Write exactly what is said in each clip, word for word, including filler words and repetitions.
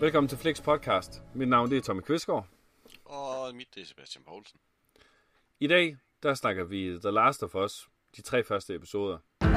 Velkommen til Flix Podcast. Mit navn det er Tommy Kvistgaard. Og mit det er Sebastian Poulsen. I dag, der snakker vi The Last of Us, de tre første episoder.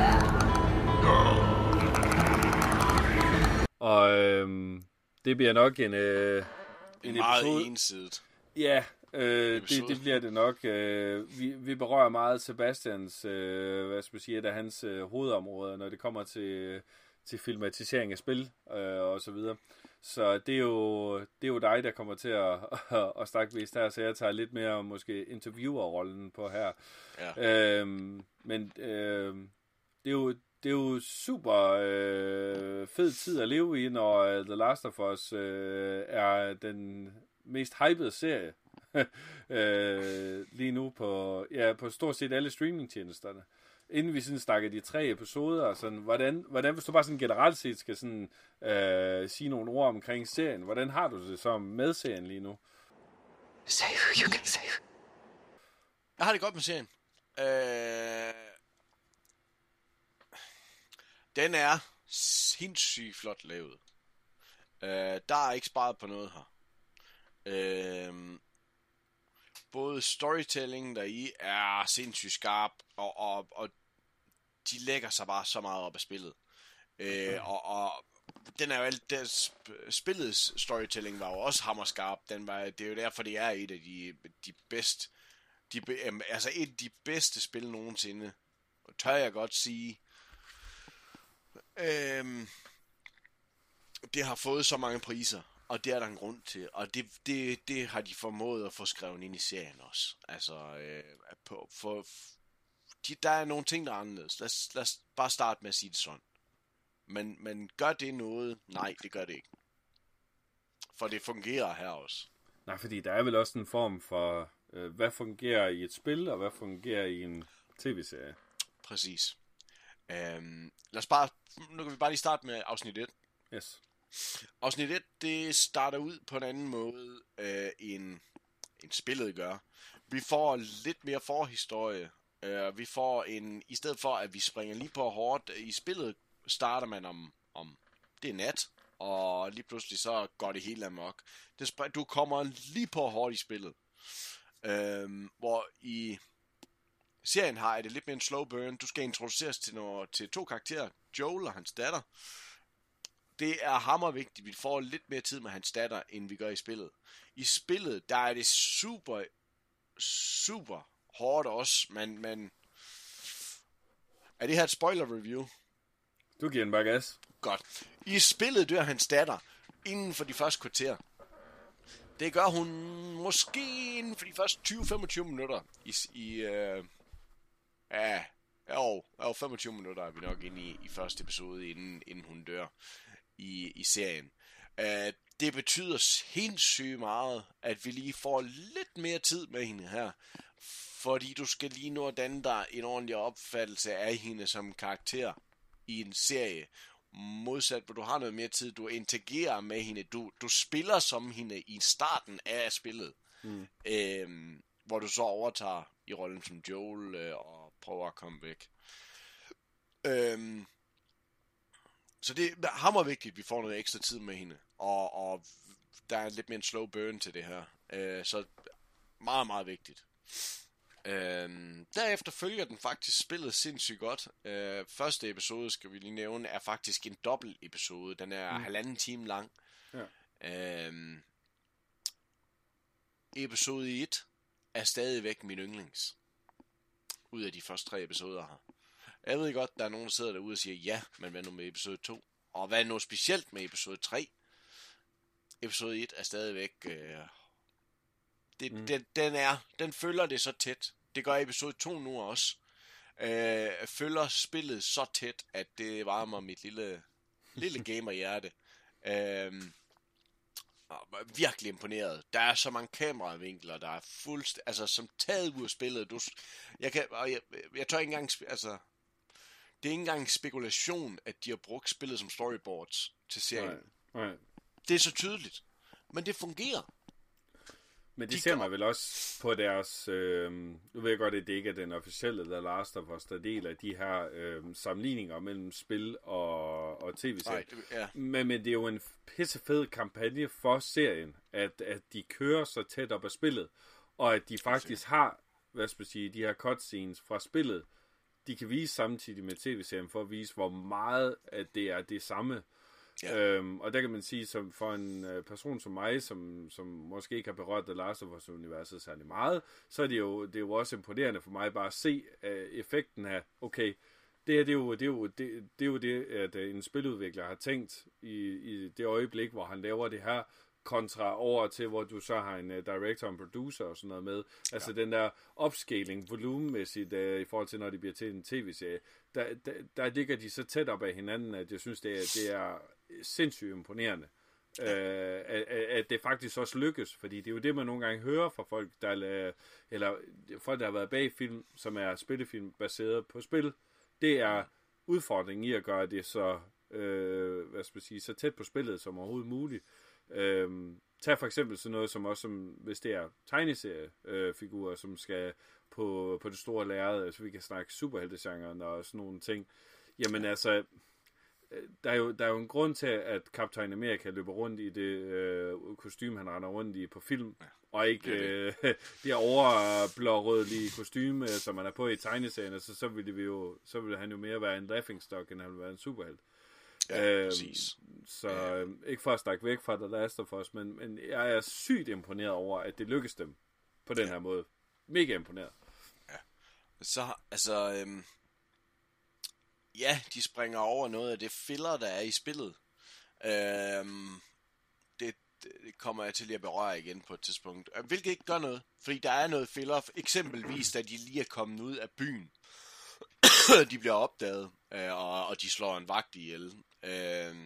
Og øhm, det bliver nok en, øh, en, en meget episode. Ensidigt. Ja, øh, det, det bliver det nok. Øh, vi, vi berører meget Sebastians, øh, hvad skal man sige, et af hans øh, hovedområder, når det kommer til, til filmatisering af spil øh, og så videre. Så det er jo, det er jo dig, der kommer til at, at, at snakke vist her, så jeg tager lidt mere måske interviewer-rollen på her. Ja. Øhm, men øh, det, er jo, det er jo super øh, fed tid at leve i, når The Last of Us øh, er den mest hypede serie øh, lige nu på, ja, på stort set alle streamingtjenesterne. Inden vi sådan snakker de tre episoder, sådan, hvordan, hvordan, hvis du bare sådan generelt set skal sådan, øh, sige nogle ord omkring serien, hvordan har du det så med serien lige nu? Say who you can save. Jeg har det godt med serien. Øh... Den er sindssygt flot lavet. Øh, der er ikke sparet på noget her. Øh... Både storytelling deri er sindssygt skarp, og, og, og de lægger sig bare så meget op af spillet. Øh, og, og den er jo alt, deres, spillets storytelling var jo også hammerskarp. Den var, det er jo derfor, det er et af de, de bedste, de, altså et af de bedste spil nogensinde. Tør jeg godt sige. Øh, det har fået så mange priser. Og det er der en grund til, og det, det, det har de formået at få skrevet ind i serien også. Altså, øh, på, for, de, der er nogle ting, der er anderledes. Lad os, lad os bare starte med at sige det sådan. Men, men gør det noget? Nej, det gør det ikke. For det fungerer her også. Nej, fordi der er vel også en form for, øh, hvad fungerer i et spil, og hvad fungerer i en tv-serie. Præcis. Øhm, lad os bare, nu kan vi bare lige starte med afsnit et. Yes. Afsnit et, det starter ud på en anden måde, øh, end, end spillet gør. Vi får lidt mere forhistorie. Øh, vi får en, i stedet for at vi springer lige på hårdt, i spillet starter man om, om det er nat, og lige pludselig så går det helt amok. Det spring, du kommer lige på hårdt i spillet. Øh, hvor i serien har det lidt mere en slow burn. Du skal introduceres til, noget, til to karakterer, Joel og hans datter. Det er hammervigtigt, vi får lidt mere tid med hans datter, end vi gør i spillet. I spillet, der er det super, super hårdt også, men, men er det her et spoiler review? Du giver en bare gas. Godt. I spillet dør hans datter inden for de første kvarter. Det gør hun måske inden for de første tyve til femogtyve minutter. I, i øh, ja, jo, jo, femogtyve minutter er vi nok inde i, i første episode, inden, inden hun dør. I, i serien. Uh, det betyder sindssygt meget, at vi lige får lidt mere tid med hende her, fordi du skal lige nå at danne dig en ordentlig opfattelse af hende som karakter i en serie, modsat hvor du har noget mere tid, du interagerer med hende, du, du spiller som hende i starten af spillet, mm. uh, hvor du så overtager i rollen som Joel uh, og prøver at komme væk. Uh, Så det er hammervigtigt, at vi får noget ekstra tid med hende. Og, og der er lidt mere en slow burn til det her. Øh, så meget, meget vigtigt. Øh, derefter følger den faktisk spillet sindssygt godt. Øh, første episode, skal vi lige nævne, er faktisk en dobbelt episode. Den er mm. halvanden time lang. Ja. Øh, episode et er stadigvæk min yndlings. Ud af de første tre episoder her. Jeg ved godt, der er nogen, der sidder derude og siger, ja, men hvad nu med episode to? Og hvad er nu specielt med episode tre? Episode et er stadigvæk... Øh, det, mm. den, den, er, den følger det så tæt. Det gør episode to nu også. Øh, følger spillet så tæt, at det varmer mit lille, lille gamerhjerte. Øh, virkelig imponeret. Der er så mange kameravinkler, der er fuldst... Altså, som taget ud af spillet. Du, jeg, kan, og jeg, jeg tør ikke engang... Altså, det er ikke engang spekulation, at de har brugt spillet som storyboards til serien. Nej, nej. Det er så tydeligt. Men det fungerer. Men det de ser man vel også på deres, øh, nu ved jeg godt, at det ikke er den officielle The Last of Us, der deler de her øh, sammenligninger mellem spil og, og tv-serier. Ja. Men, men det er jo en pissefed kampagne for serien, at, at de kører så tæt op af spillet, og at de faktisk har, hvad skal man sige, de her cutscenes fra spillet, de kan vise samtidig med tv-serien, for at vise, hvor meget at det er det samme. Ja. Øhm, og der kan man sige, som for en øh, person som mig, som, som måske ikke har berørt The Last of Us-universet særlig meget, så er det jo, det er jo også imponerende for mig bare at se øh, effekten af, okay, det her, det er jo det, er jo, det, det, er jo det at øh, en spiludvikler har tænkt i, i det øjeblik, hvor han laver det her, kontra over til, hvor du så har en uh, director og en producer og sådan noget med. Altså ja. Den der upscaling volumemæssigt uh, i forhold til, når det bliver til en tv-serie, der, der, der ligger de så tæt op af hinanden, at jeg synes, det er, det er sindssygt imponerende. Ja. Uh, at, at det faktisk også lykkes, fordi det er jo det, man nogle gange hører fra folk, der, eller folk, der har været bag film, som er spillefilm baseret på spil. Det er udfordringen i at gøre det så, uh, hvad skal man sige, så tæt på spillet som overhovedet muligt. Øhm, tag for eksempel sådan noget som også, som, hvis det er tegneseriefigurer, øh, som skal på, på det store lærred, altså vi kan snakke superheltegenren og sådan nogle ting. Jamen altså, der er, jo, der er jo en grund til, at Captain America løber rundt i det øh, kostume, han render rundt i på film, ja. Og ikke øh, det overblårødlige kostume, som man er på i tegneserien, så, så ville vi jo, så ville han jo mere være en laughingstock, end han ville være en superhelt. Ja, øhm, præcis. Så ja. Ikke for at snakke væk fra The Last of Us, men, men jeg er sygt imponeret over, at det lykkes dem på den ja. her måde. Mega imponeret. Ja. Så, altså, øhm, ja, de springer over noget af det filler, der er i spillet. Øhm, det, det kommer jeg til at berøre igen på et tidspunkt. Hvilket ikke gør noget, fordi der er noget filler, eksempelvis da de lige er kommet ud af byen. De bliver opdaget, øh, og, og de slår en vagt ihjel. Øh,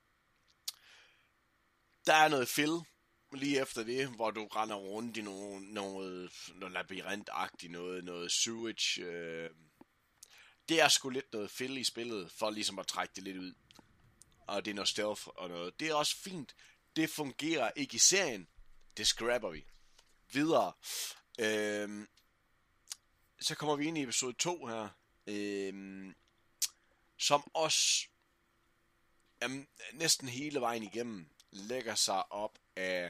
der er noget fill lige efter det, hvor du render rundt i noget, noget, noget labyrintagtigt, noget, noget sewage. Øh. Det er sgu lidt noget fill i spillet, for ligesom at trække det lidt ud. Og det er noget stealth og noget. Det er også fint. Det fungerer ikke i serien. Det scrapper vi. Videre. Øh, så kommer vi ind i episode to her. Øhm, som også jamen, næsten hele vejen igennem lægger sig op af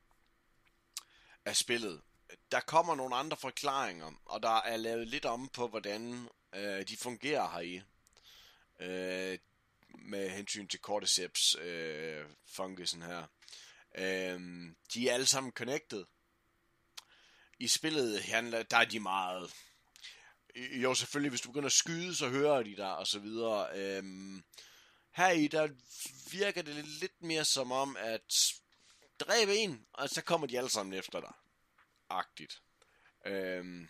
af spillet. Der kommer nogle andre forklaringer, og der er lavet lidt om på, hvordan øh, de fungerer heri. Øh, med hensyn til cordyceps øh, fungusen her. Øh, de er alle sammen connected. I spillet handler, der er de meget... Jo, selvfølgelig, hvis du begynder at skyde, så hører de dig, og så videre. Øhm, her i, der virker det lidt mere som om, at dræbe en, og så kommer de alle sammen efter dig. Agtigt. Øhm,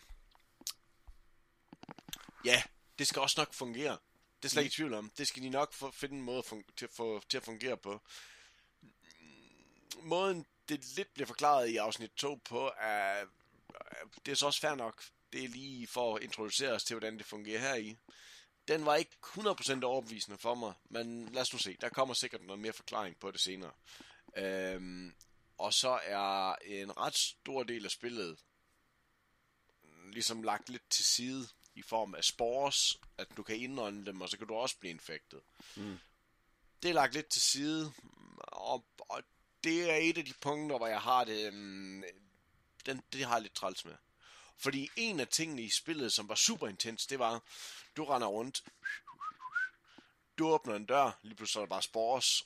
ja, det skal også nok fungere. Det er slet ikke i tvivl om. Det skal de nok få, finde en måde at fun- til, at få, til at fungere på. Måden, det lidt bliver forklaret i afsnit to på, er, det er så også fair nok. Det er lige for at introducere os til, hvordan det fungerer her i. Den var ikke hundrede procent overbevisende for mig, men lad os nu se. Der kommer sikkert noget mere forklaring på det senere. Øhm, og så er en ret stor del af spillet ligesom lagt lidt til side i form af spores, at du kan indånde dem, og så kan du også blive infektet. Mm. Det er lagt lidt til side, og, og det er et af de punkter, hvor jeg har det, um, den, det har jeg lidt træls med. Fordi en af tingene i spillet, som var super intens, det var, du render rundt, du åbner en dør, lige pludselig er der bare spores,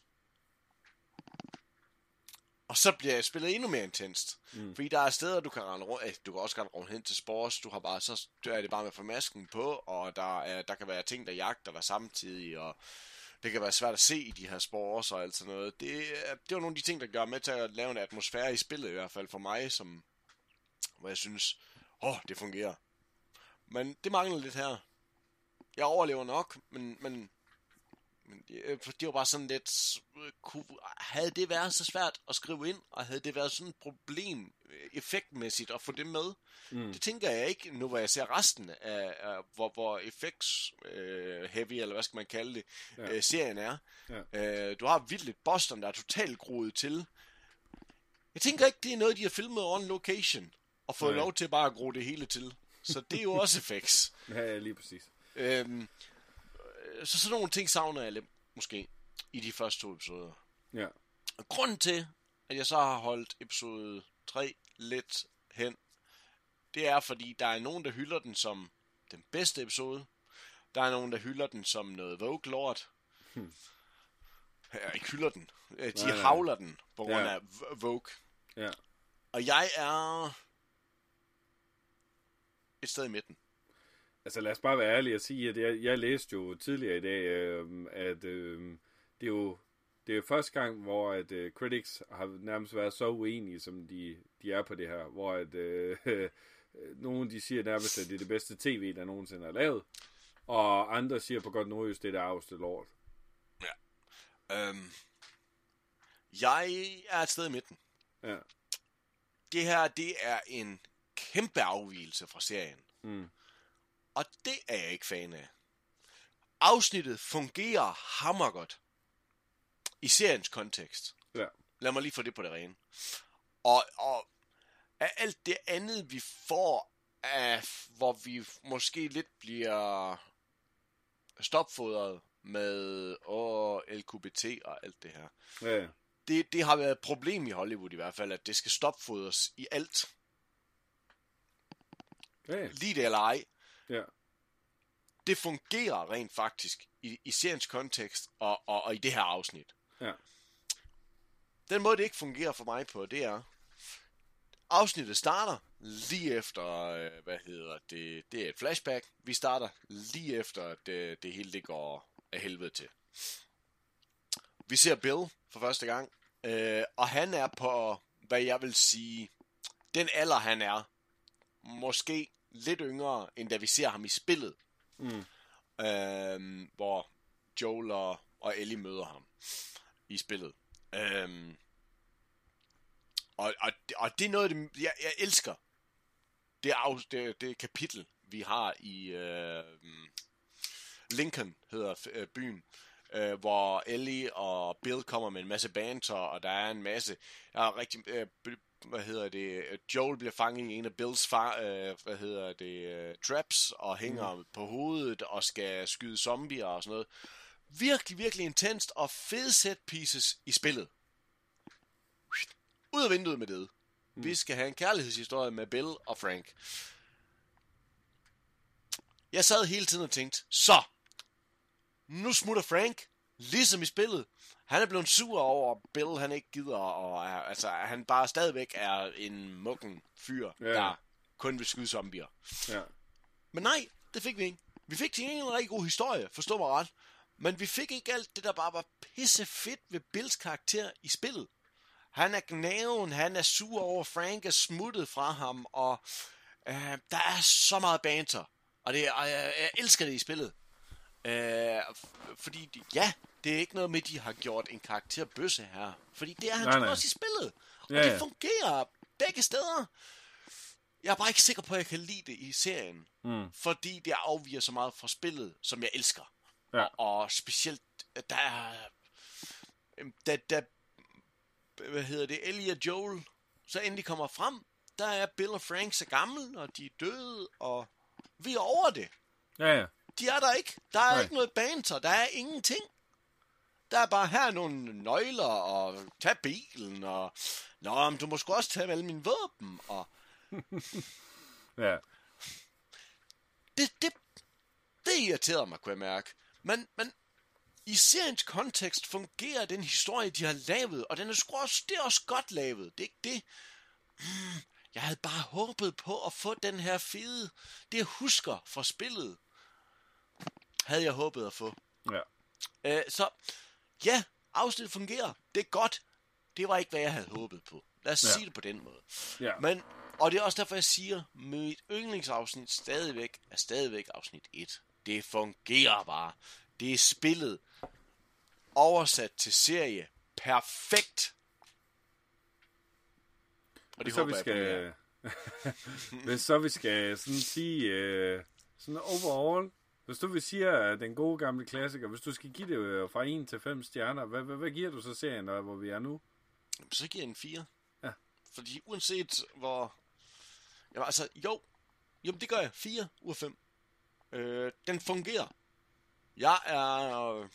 og så bliver spillet endnu mere intenst. Mm. Fordi der er steder, du kan rende rundt, eh, du kan også rende rundt hen til spores, du har bare, så er det bare med at få masken på, og der, er, der kan være ting, der jagter dig samtidig, og det kan være svært at se i de her spores og alt sådan noget. Det, det var nogle af de ting, der gør med til at lave en atmosfære i spillet, i hvert fald for mig, som, hvor jeg synes, åh, oh, det fungerer. Men det mangler lidt her. Jeg overlever nok, men, men, men det, det var bare sådan lidt, havde det været så svært at skrive ind, og havde det været sådan et problem effektmæssigt at få det med? Mm. Det tænker jeg ikke, nu hvor jeg ser resten af, af hvor, hvor effects øh, heavy, eller hvad skal man kalde det, ja. øh, serien er. Ja. Øh, du har vildt lidt Boston, der er totalt groet til. Jeg tænker ikke, det er noget, de har filmet on location, og fået Nej. lov til bare at gro det hele til. Så det er jo også effects. Ja, ja, lige præcis. Øhm, så sådan nogle ting savner jeg lidt, måske, i de første to episoder. Ja. Og grunden til, at jeg så har holdt episode tre lidt hen, det er, fordi der er nogen, der hylder den som den bedste episode. Der er nogen, der hylder den som noget Vogue-lort. Hmm. Ja, ikke hylder den. De nej, nej. havler den på grund ja. af Vogue. Ja. Og jeg er et sted i midten. Altså lad os bare være ærlige og sige, at jeg, jeg læste jo tidligere i dag, øh, at øh, det er jo det er jo første gang, hvor at øh, critics har nærmest været så uenige, som de, de er på det her. Hvor at øh, nogen de siger nærmest, at det er det bedste tv, der nogensinde er lavet. Og andre siger på godt nordjysk, det er det arveste lort. Ja. Øhm, jeg er et sted i midten. Ja. Det her, det er en kæmpe afvigelse fra serien. Mm. Og det er jeg ikke fan af. Afsnittet fungerer hammergodt i seriens kontekst. Ja. Lad mig lige få det på det rene. Og, og af alt det andet, vi får, af, hvor vi måske lidt bliver stopfodret med åh, L G B T og alt det her. Ja. Det, det har været et problem i Hollywood i hvert fald, at det skal stopfodres i alt. Ja. Lige det eller ej. Ja. Det fungerer rent faktisk i, i seriens kontekst og, og, og i det her afsnit. Ja. Den måde, det ikke fungerer for mig på, det er, afsnittet starter lige efter, øh, hvad hedder det, det er et flashback. Vi starter lige efter, at det, det hele det går af helvede til. Vi ser Bill for første gang, øh, og han er på, hvad jeg vil sige, den alder han er, måske lidt yngre, end da vi ser ham i spillet. Mm. Øh, hvor Joel og, og Ellie møder ham i spillet. Øh, og, og, og det er noget, det, jeg, jeg elsker. Det, af, det, det kapitel, vi har i øh, Lincoln, hedder øh, byen, øh, hvor Ellie og Bill kommer med en masse banter, og der er en masse, der er rigtig, øh, hvad hedder det, Joel bliver fanget i en af Bills far, øh, hvad hedder det, øh, traps, og hænger mm. på hovedet, og skal skyde zombier og sådan noget. Virkelig, virkelig intenst, og fede set pieces i spillet. Ud af vinduet med det. Mm. Vi skal have en kærlighedshistorie med Bill og Frank. Jeg sad hele tiden og tænkte, så, nu smutter Frank, ligesom i spillet. Han er blevet sur over, Bill han ikke gider, og er, altså, han bare stadigvæk er en muggen fyr, yeah. der kun vil skyde zombier. Yeah. Men nej, det fik vi ikke. Vi fik til en rigtig god historie, forstå mig ret. Men vi fik ikke alt det, der bare var pisse fedt ved Bills karakter i spillet. Han er gnaven, han er sur over, Frank er smuttet fra ham, og øh, der er så meget banter. Og det, og jeg, jeg elsker det i spillet. Øh, fordi, ja, det er ikke noget med, at de har gjort en karakter bøsse her. Fordi det er han nej, nej. også i spillet. Og ja, det fungerer begge steder. Jeg er bare ikke sikker på, at jeg kan lide det i serien. Mm. Fordi det afviger så meget fra spillet, som jeg elsker. Ja. Og, og specielt, der er... Da, da, hvad hedder det, Ellie og Joel så endelig kommer frem, der er Bill og Frank så gamle, og de er døde, og vi er over det. Ja, ja. De er der ikke. Der er Nej. ikke noget banter. Der er ingenting. Der er bare her nogle nøgler, og tag bilen, og nå, men du må sgu også tage alle mine våben, og ja. Det, det, det irriterede mig, kunne jeg mærke. Men, men i seriens kontekst fungerer den historie, de har lavet, og den er sgu også, det er også godt lavet. Det er ikke det. Hmm, jeg havde bare håbet på at få den her fede, det jeg husker fra spillet, havde jeg håbet at få. Ja. Øh, så, ja, afsnittet fungerer. Det er godt. Det var ikke, hvad jeg havde håbet på. Lad os ja. sige det på den måde. Ja. Men, og det er også derfor, jeg siger, mit yndlingsafsnit stadigvæk er stadigvæk afsnit et. Det fungerer bare. Det er spillet oversat til serie perfekt. Og det så håber vi jeg skal... Hvis så vi skal sådan sige uh, sådan overall, hvis du vil sige at den gode gamle klassiker, hvis du skal give det fra en til fem stjerner, hvad, hvad, hvad giver du så serien, der, hvor vi er nu? Så giver jeg en fire. Ja, Fordi uanset hvor... Jamen altså, jo. Jo, det gør jeg. fire ud af fem. Øh, den fungerer. Jeg er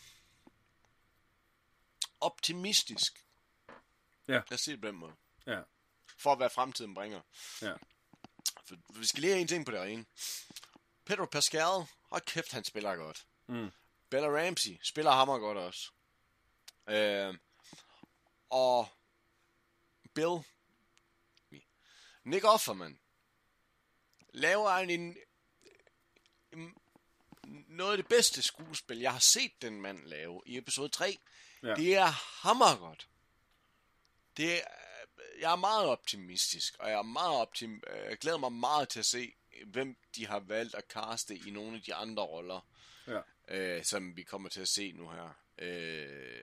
optimistisk. Ja. Lad os se det på den måde. Ja. For hvad fremtiden bringer. Ja. For vi skal lige have en ting på det rene. Pedro Pascal, hold kæft, han spiller godt. Mm. Bella Ramsey spiller hammer godt også. Øh, og Bill Nick Offerman laver en, en, en noget af det bedste skuespil, jeg har set den mand lave i episode tre. Ja. Det er hammergodt. Det er, jeg er meget optimistisk, og jeg er meget optim, jeg glæder mig meget til at se, hvem de har valgt at caste i nogle af de andre roller, ja. øh, som vi kommer til at se nu her. Øh,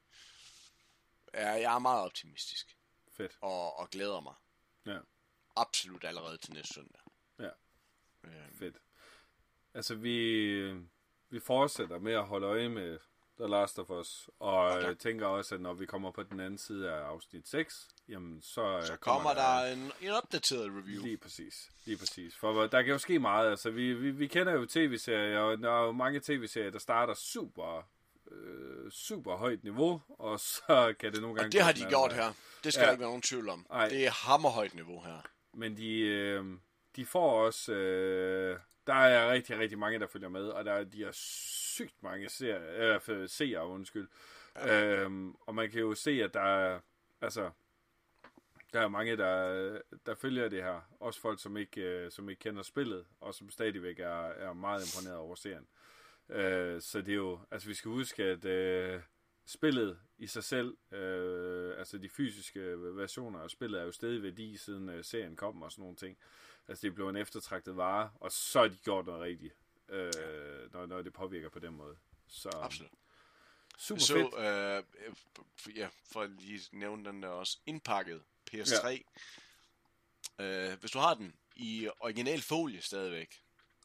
jeg er meget optimistisk. Fedt. Og, og glæder mig. Ja. Absolut allerede til næste søndag. Ja. Øh. Fedt. Altså, vi, vi fortsætter med at holde øje med The Last of Us, og okay. Jeg tænker også, at når vi kommer på den anden side af afsnit seks, jamen så, så kommer, kommer der, der en, en opdateret review. Lige præcis, lige præcis. For der kan jo ske meget. Altså, vi, vi, vi kender jo tv-serier, og der er jo mange tv-serier, der starter super, øh, super højt niveau, og så kan det nogle gange... Og det har de gjort her. Det skal ja. ikke være nogen tvivl om. Ej. Det er hammerhøjt niveau her. Men de, øh, de får også... Øh, der er rigtig, rigtig mange, der følger med, og der er, de har sygt mange serier, øh, seere, undskyld. Ja. Øhm, og man kan jo se, at der er, altså, der er mange, der, der følger det her. Også folk, som ikke, øh, som ikke kender spillet, og som stadigvæk er, er meget imponeret over serien. Øh, så det er jo, altså vi skal huske, at øh, spillet i sig selv, øh, altså de fysiske versioner af spillet, er jo stadig værdi, siden øh, serien kom og sådan nogle ting. Altså det blev en eftertragtet vare, og så er de gjort noget rigtigt, øh, når, når det påvirker på den måde. Så, absolut. Super så, fedt. Øh, ja, for at lige nævne den der også, indpakket P S tre. Ja. Øh, hvis du har den i original folie stadigvæk,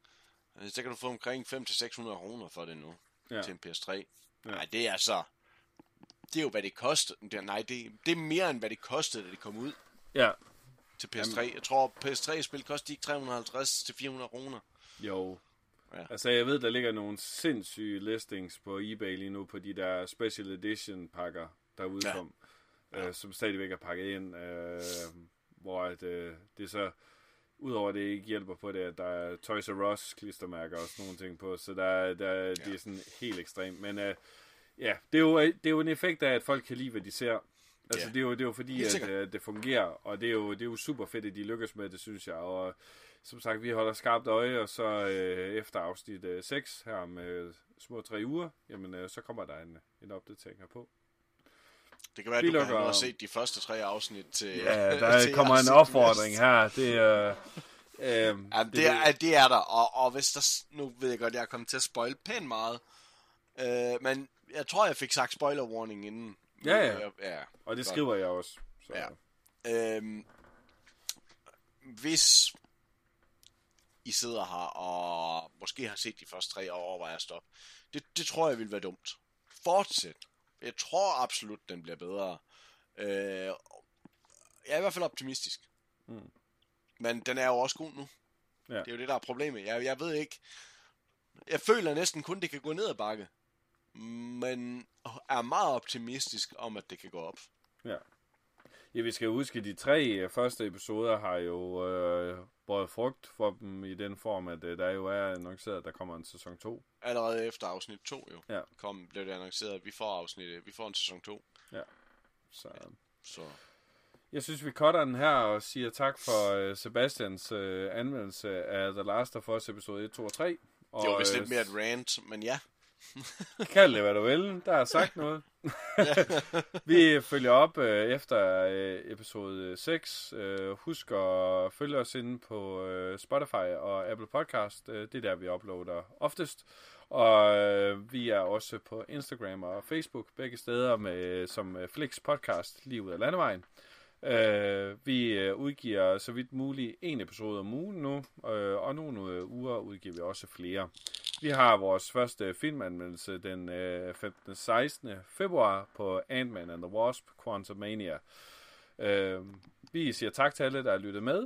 så kan du få omkring fem til seks hundrede kroner for det nu, ja. Til en P S tre. Ja. Nej, det er så... Det er jo, hvad det kostede. Det, nej, det, det er mere, end hvad det kostede, da det kom ud. Ja. Til P S tre. Jamen. Jeg tror, P S tre-spil koster ikke tre hundrede og halvtreds til fire hundrede kroner. Jo. Ja. Altså, jeg ved, der ligger nogle sindssyge listings på eBay lige nu, på de der Special Edition pakker, der udkom, ja. Ja. Øh, som stadigvæk er pakket ind, øh, hvor at, øh, det er så, udover det ikke hjælper på det, at der er Toys R Us klistermærker og sådan nogle ting på, så der, der, ja. Det er sådan helt ekstremt. Men øh, ja, det er, jo, det er jo en effekt af, at folk kan lide, hvad de ser. Altså, yeah. det, er jo, det er jo fordi, at, at det fungerer, og det er, jo, det er jo super fedt, at de lykkes med det, synes jeg. Og som sagt, vi holder skarpt øje, og så øh, efter afsnit øh, seks her med små tre uger, jamen øh, så kommer der en, en opdatering herpå. Det kan være, at du lukker... kan have set de første tre afsnit til... Ja, der til kommer en opfordring her. Det er... Øh, ja, det, det, er, det er der, og, og hvis der... Nu ved jeg godt, jeg er kommet til at spoil pænt meget, øh, men jeg tror, jeg fik sagt spoiler warning inden. Ja, ja. ja. Og det skriver godt. Jeg også. Så. Ja. Øhm, hvis I sidder her og måske har set de første tre og overvejer at stoppe, det, det tror jeg vil være dumt. Fortsæt. Jeg tror absolut, den bliver bedre. Øh, jeg er i hvert fald optimistisk. Mm. Men den er jo også god nu. Ja. Det er jo det, der er problemet. Jeg, jeg ved ikke... Jeg føler næsten kun, det kan gå ned ad bakke. Men er meget optimistisk om, at det kan gå op. Ja. Ja, vi skal huske, at de tre første episoder har jo øh, båret frugt for dem i den form, at øh, der jo er annonceret, at der kommer en sæson to. Allerede efter afsnit to jo. Ja. Kom, blev det annonceret, at vi får afsnit, vi får en sæson to. Ja. Så... Ja. Så... Jeg synes, vi cutter den her og siger tak for øh, Sebastians øh, anmeldelse af The Last of Us episode et, to og tre. Og, det var vist lidt mere et rant, men ja. Kald det, hvad du vil. Der er sagt noget. Vi følger op øh, efter øh, episode seks. Øh, husk at følge os inde på øh, Spotify og Apple Podcast. Øh, det er der, vi uploader oftest. Og øh, vi er også på Instagram og Facebook, begge steder med, som øh, Flix Podcast, lige ud af landevejen. Øh, vi øh, udgiver så vidt muligt en episode om ugen nu, øh, og nogle øh, uger udgiver vi også flere. Vi har vores første filmanmeldelse den øh, femtende sekstende februar på Ant-Man and the Wasp: Quantumania. Øh, vi siger tak til alle, der har lyttet med.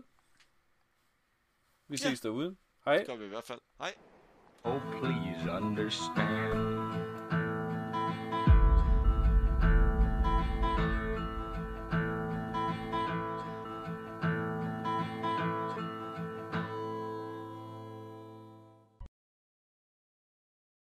Vi ses ja. derude. Hej. Det gør vi i hvert fald. Hej. Oh, please understand.